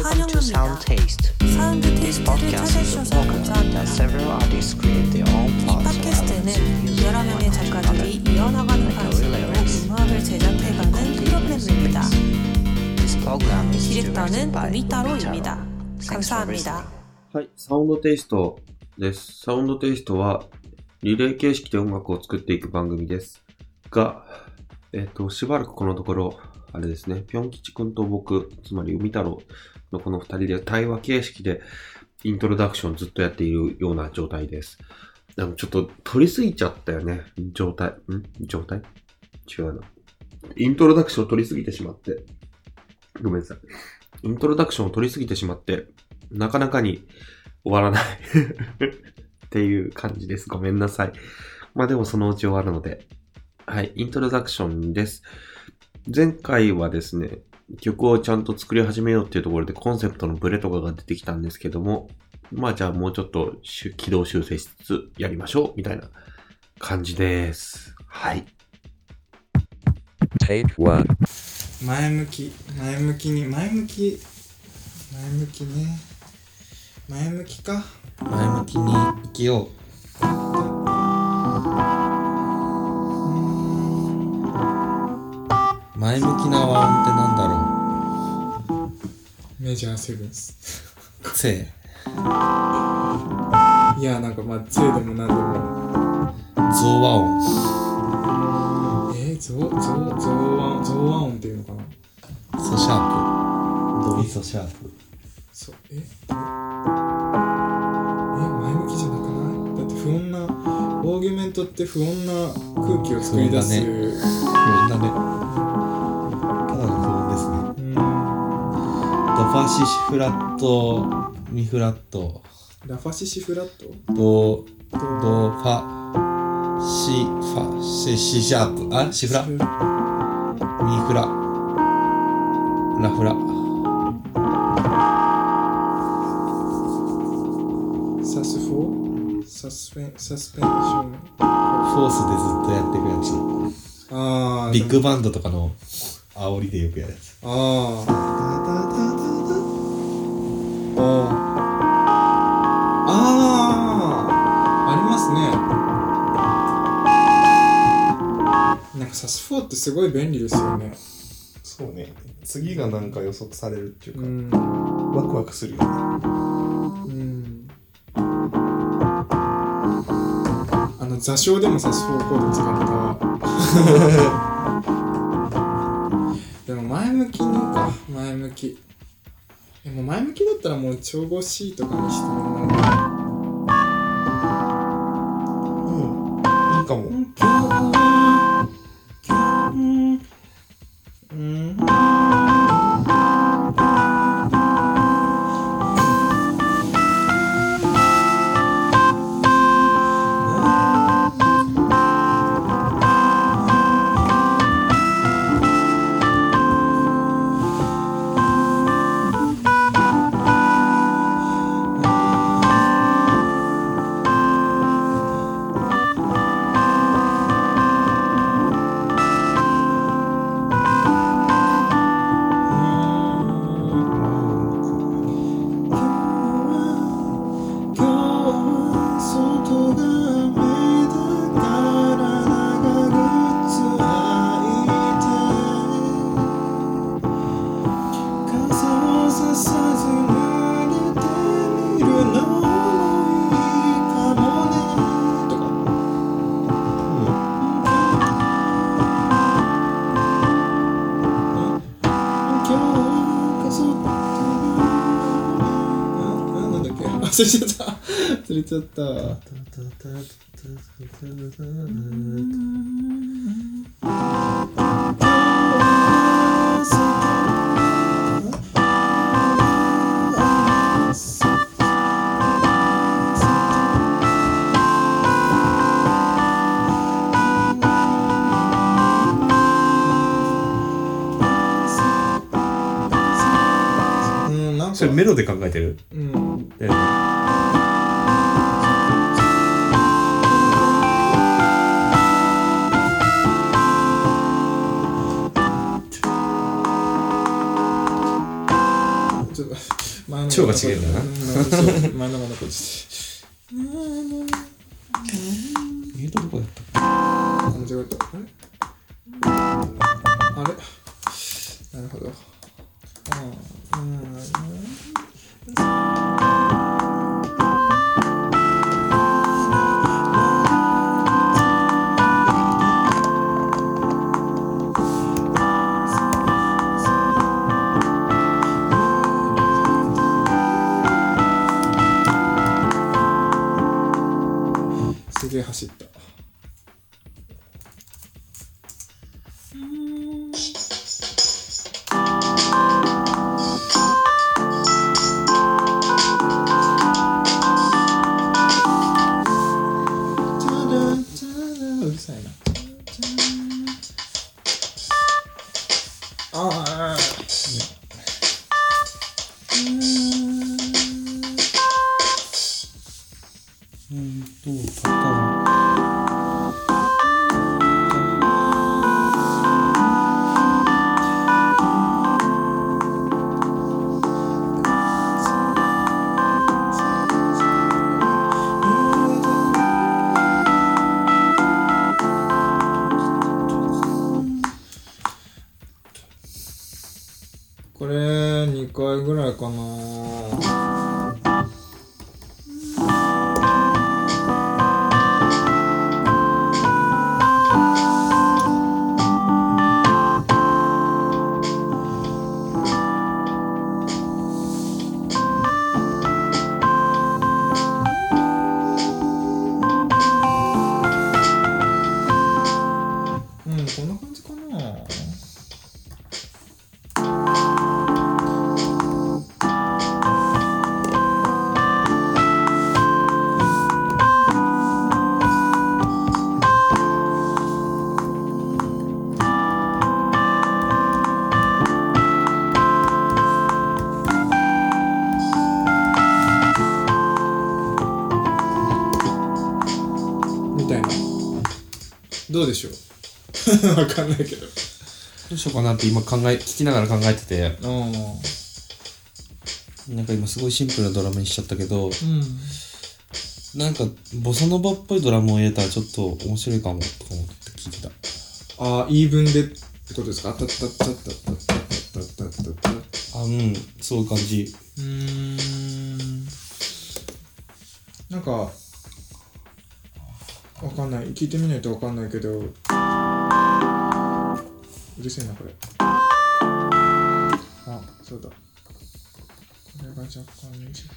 Welcome to Sound Taste. This podcast is a program that several artists create their own parts of elements 여러 명의 작가들이 이어나가는 방식으로 음악을 제작해가는 프로그램입니다. This program is 디렉터는 directed by 우미타로입니다. Thanks for 감사합니다. はい、サウンドテイストです。サウンドテイストはリレー形式で音楽を作っていく番組ですが、しばらくこのところ、あれですね、ぴょん吉くんと僕、つまり海太郎のこの二人で対話形式でイントロダクションずっとやっているような状態です。でもちょっと取りすぎちゃったよね、状態違うな。イントロダクションを取りすぎてしまって、ごめんなさい。イントロダクションを取りすぎてしまって、なかなかに終わらないっていう感じです。ごめんなさい。まあでもそのうち終わるので。はい、イントロダクションです。前回はですね、曲をちゃんと作り始めようっていうところでコンセプトのブレとかが出てきたんですけども、まあじゃあもうちょっと軌道修正しつつやりましょうみたいな感じです。はい。 Take one. 前向きね。前向きに生きよう。前向きな和音ってなんだろう。 メジャーセブンス。 セいや、なんかまあ、セでもなんでも。 増和音。 増和音っていうのかな。 ソシャープ。ドミソシャープ。 前向きじゃなくない？だって不穏な、オーギュメントって不穏な空気を作り出す。 不穏だね。ただの不穏ですね。ドファシシフラット、ミフラット。 ラファシシフラット？ ドファシシャープ。あ、シフラ。ミフラ。ラフラ。サスペンション。フォースでずっとやっていくやつ。ビッグバンドとかの煽りでよくやるやつ。 ありますね。なんかサス4ってすごい便利ですよね。 そうね。次がなんか予測されるっていうか、ワクワクするよね。 座礁でもサス4コード使った。でも前向きでも前向きだったらもう調合 C とかにしてもなんかいいかも。 忘れちゃった。 それメロで考えてる？だよね。 ちょっと蝶が違うんだな。 前の残してどこだった？ 間違えた。あれなるほど。すげえ走った。うるさいな。 パターン。 これ2回ぐらいかな。こんな感じかな。みたいな。どうでしょう。わかんないけど。 どうしようかなって今聞きながら考えてて、なんか今すごいシンプルなドラムにしちゃったけど、なんかボサノバっぽいドラムを入れたらちょっと面白いかもとか思って聞いてた。 イーブンでってことですか？たったったったったったったったった。 そういう感じ。 なんかわかんない。聞いてみないとわかんないけど、うるせえなこれ。そうだ。これが若干短い。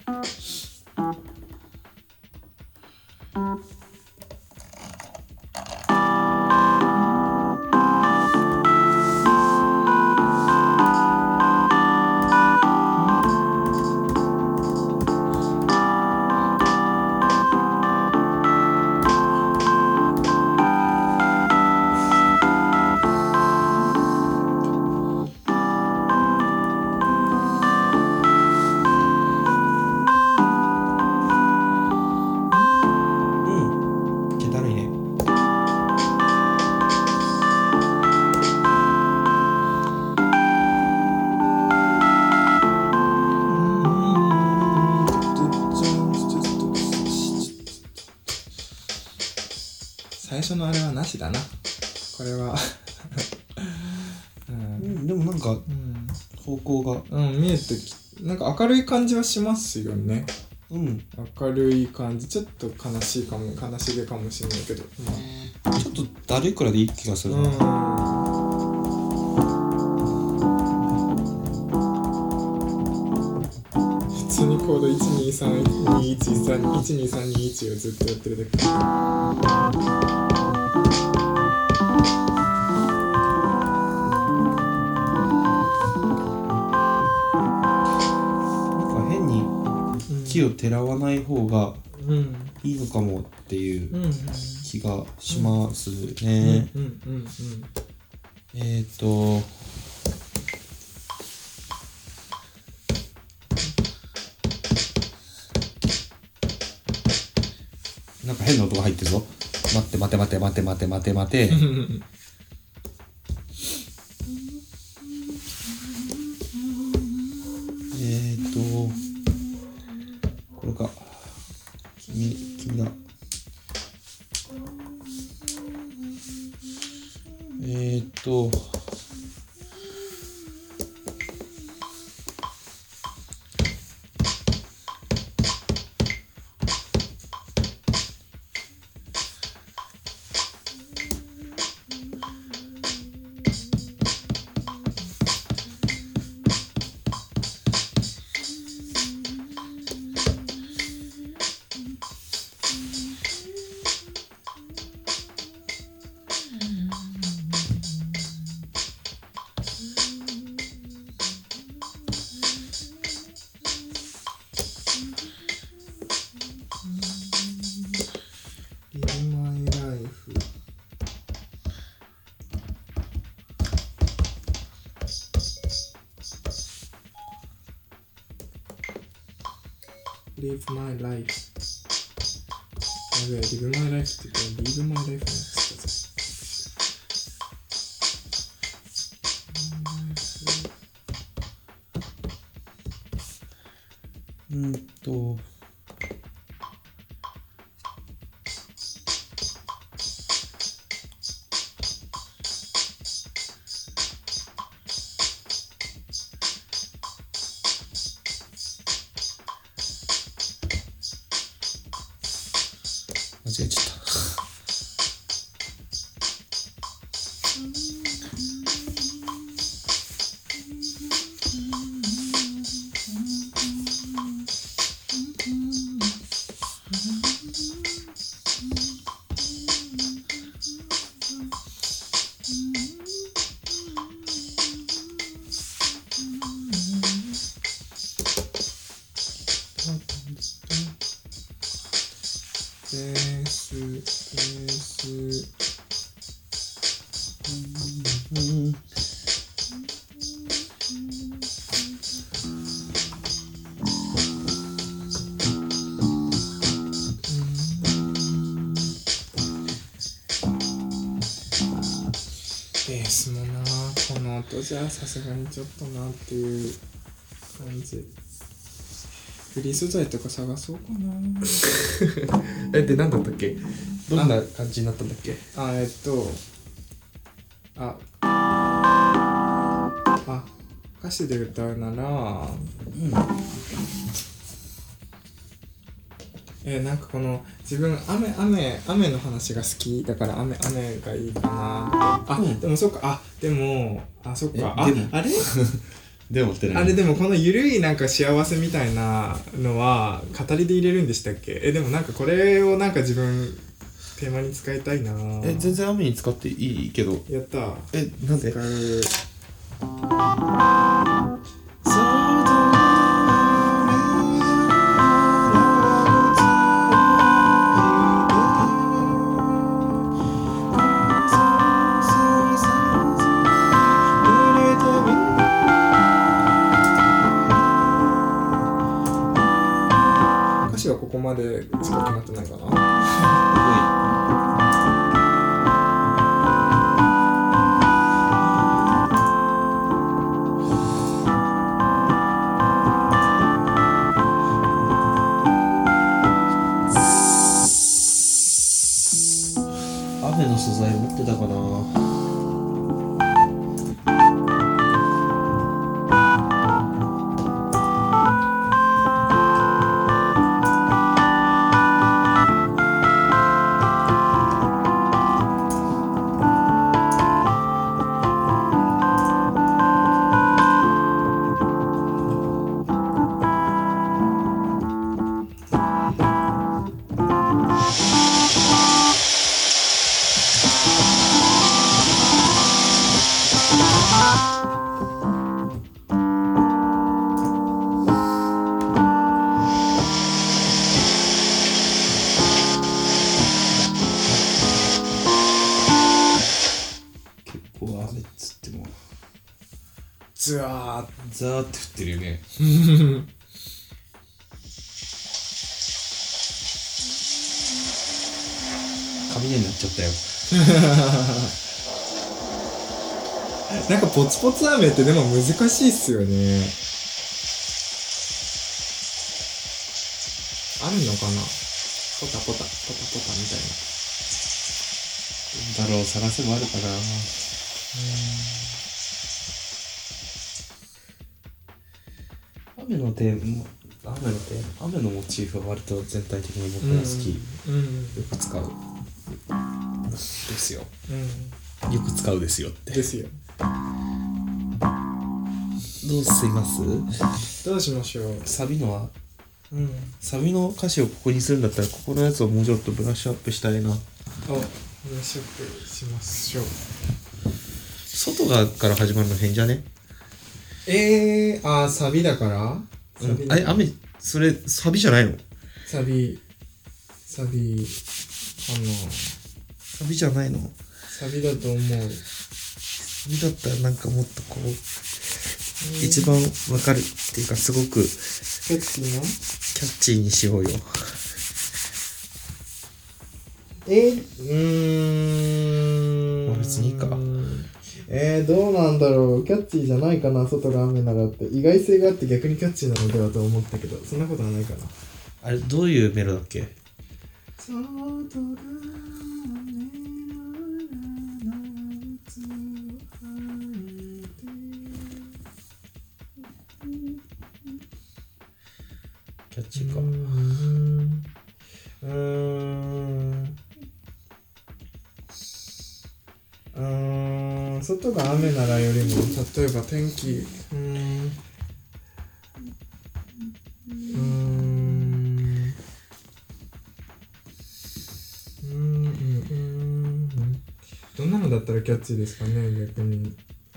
気だるいね。 最初のあれはなしだな。これはでもなんか方向が見えてなんか明るい感じはしますよね。明るい感じ。ちょっと悲しげかもしれないけど、 ちょっとだるいくらいでいい気がするな。 普通にコード123211231をずっとやってるだけ。 木をてらわない方がいいのかもっていう気がしますね。なんか変な音が入ってるぞ。待って。 live my life やべえ live my life って言って live my life なんですけど間違えちゃった。 ベースもなこの音じゃさすがにちょっとなっていう感じ。フリー素材とか探そうかなで何だったっけ、どんな感じになったんだっけ。 歌詞で歌うならなんかこの自分雨の話が好きだから雨がいいかなって。でもそっかでもそっかあれでもってあれでもこのゆるいなんか幸せみたいなのは語りで入れるんでしたっけ。でもなんかこれをなんか自分テーマに使いたいな。 全然雨に使っていいけど。 やったなんで使う。歌詞はここまでしか決まってないかな。 雨の素材持ってたかな。雨っつってもザーザーって降ってるよね。雷になっちゃったよ。 なんかポツポツ雨ってでも難しいっすよね。あるのかな、ポタポタみたいな。 だろう、探せばあるかな。雨のモチーフは割と全体的に僕も好き、よく使うですよ、よく使うですよってですよ。 どうします？ どうしましょう。 サビの歌詞をここにするんだったらここのやつをもうちょっとブラッシュアップしたいな。 ブラッシュアップしましょう。 外側から始まるの変じゃね？ サビだから？ 雨、それサビじゃないの？ サビじゃないの？ サビだと思う。 サビだったらなんかもっとこう、一番わかるっていうかすごくセクシーな？ キャッチーにしようよ。まあ別にいいか。 どうなんだろう。キャッチーじゃないかな、外が雨ならって。意外性があって逆にキャッチーなのではと思ったけど、そんなことはないかな。 あれ、どういうメロだっけ？ 外が雨なら夏をキャッチーか。 外が雨ならよりも、例えば天気、どんなのだったらキャッチーですかね、逆に。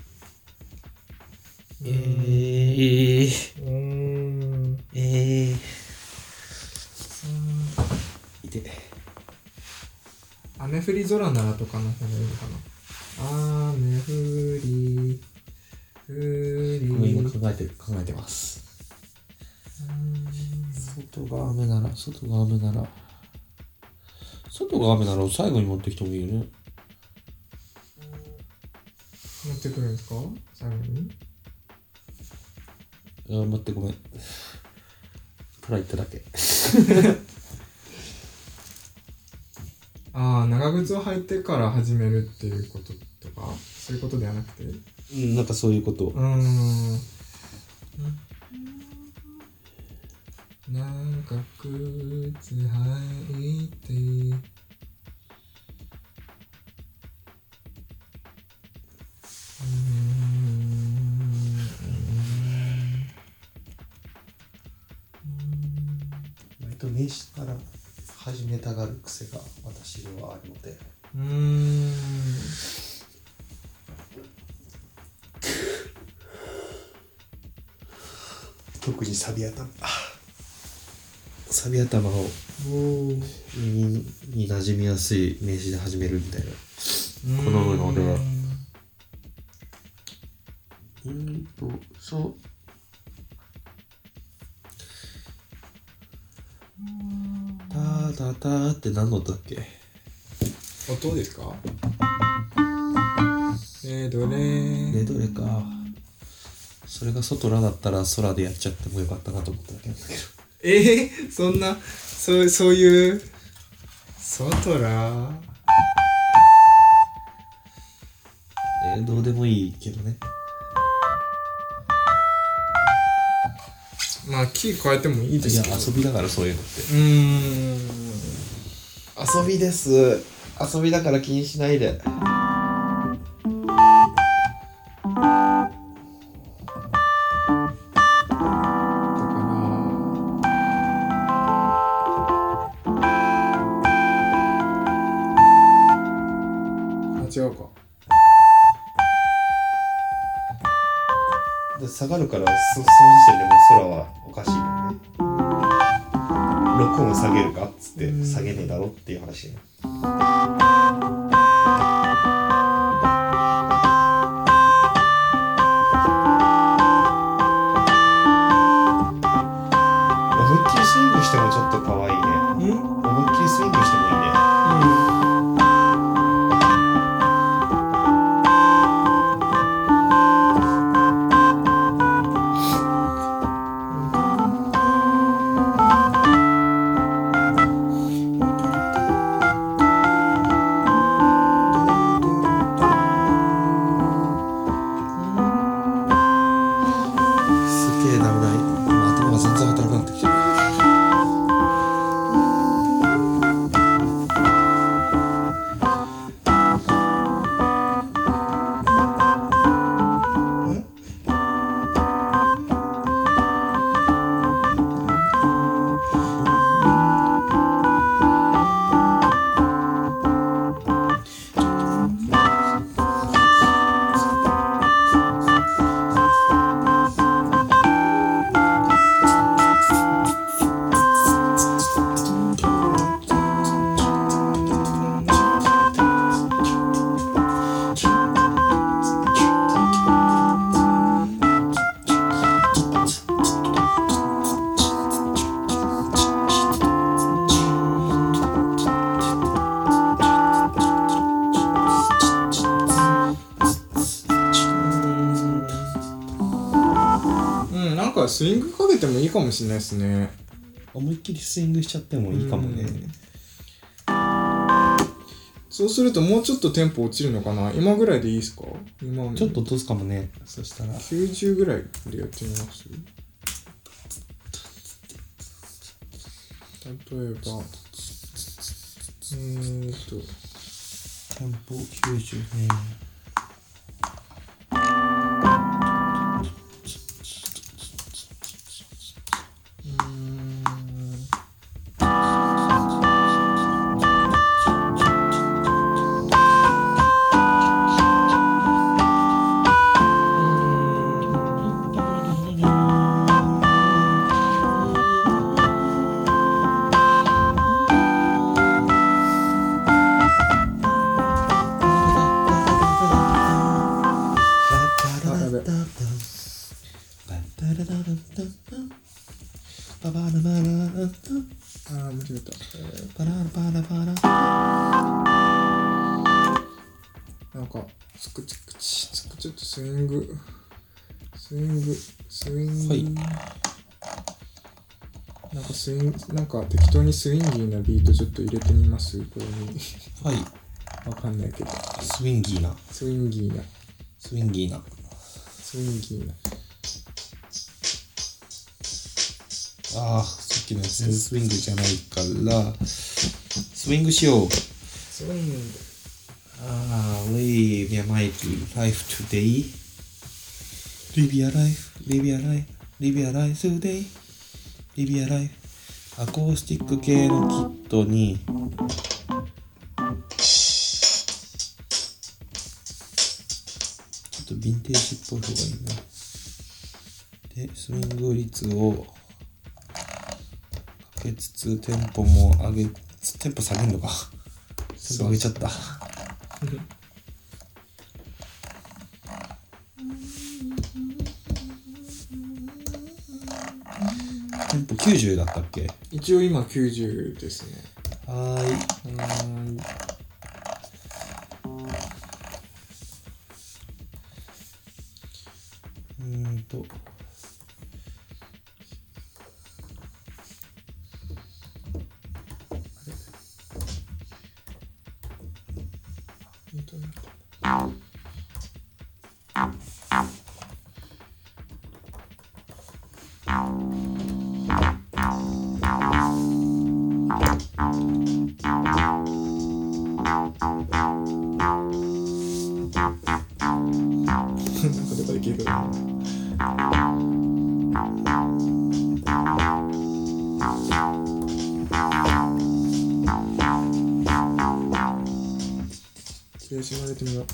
いて。 雨降り空ならとかの方がいいのかな。雨降り今考えてます。外が雨なら最後に持ってきてもいいよね。 持ってくるんですか、最後に。 待って、ごめん。ただ言っただけ。 長靴を履いてから始めるっていうこととか、そういうことではなくて、 なんかそういうこと。 なんか靴履いて割と名詞から始めたがる癖が私にはあるので。特にサビ頭をに馴染みやすい名詞で始めるみたいな好むので、そうターって何の音だっけ？ 音ですか？レドレか。それが外らだったら空でやっちゃってもよかったなと思っただけなんだけど。 そんなそういう外らどうでもいいけどね。 まあキー変えてもいいですけど。 いや遊びだからそういうのって。遊びです。遊びだから気にしないで。 違うか。 下がるからその時点でもう空はおかしいよね。録音下げるかっつって下げねえだろっていう話ね。思いっきりスイングしてもちょっと可愛いね。思いっきりスイングしてもいいね。 なんかスイングかけてもいいかもしれないですね。 思いっきりスイングしちゃってもいいかもね。 そうするともうちょっとテンポ落ちるのかな。今ぐらいでいいですか？今ちょっと落とすかもね。そしたら 90ぐらいでやってみます。例えばテンポ90ね。 なんかちょっとスイング、なんか適当にスインギーなビートちょっと入れてみます。これにはい。 わかんないけど。 スインギーな。ああ、さっきのやつスイングじゃないから、スイングしよう。Live your life today. Live your life today. Live your life. アコースティック系のキットに、ちょっとヴィンテージっぽい方がいいな。で、スイング率をかけつつ、テンポも上げ、テンポ下げるのか。テンポ上げちゃった。テンポ90だったっけ？ 一応今90ですね。 はーい。 なんかどこで聞いたかな。静止までてみよう。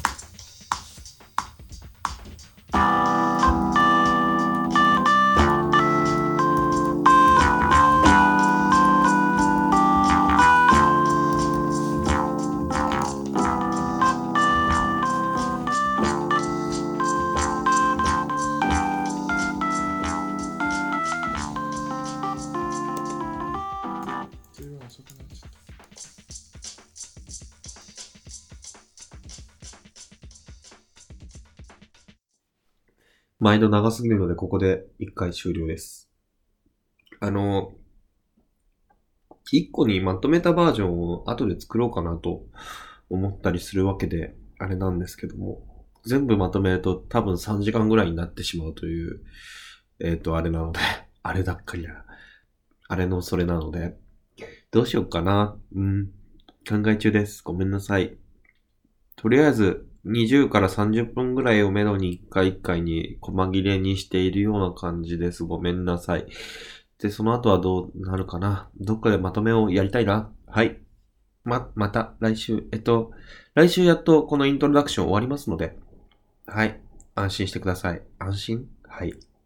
毎度長すぎるのでここで一回終了です。一個にまとめたバージョンを後で作ろうかなと思ったりするわけであれなんですけども、全部まとめると多分3時間ぐらいになってしまうという、あれなので、あれだっかりや。あれのそれなので、どうしようかな。考え中です。ごめんなさい。とりあえず、20から30分ぐらいをめどに1回1回に細切れにしているような感じです。ごめんなさい。で、その後はどうなるかな。どっかでまとめをやりたいな。はい。また来週、来週やっとこのイントロダクション終わりますので、はい。安心してください。安心？はい。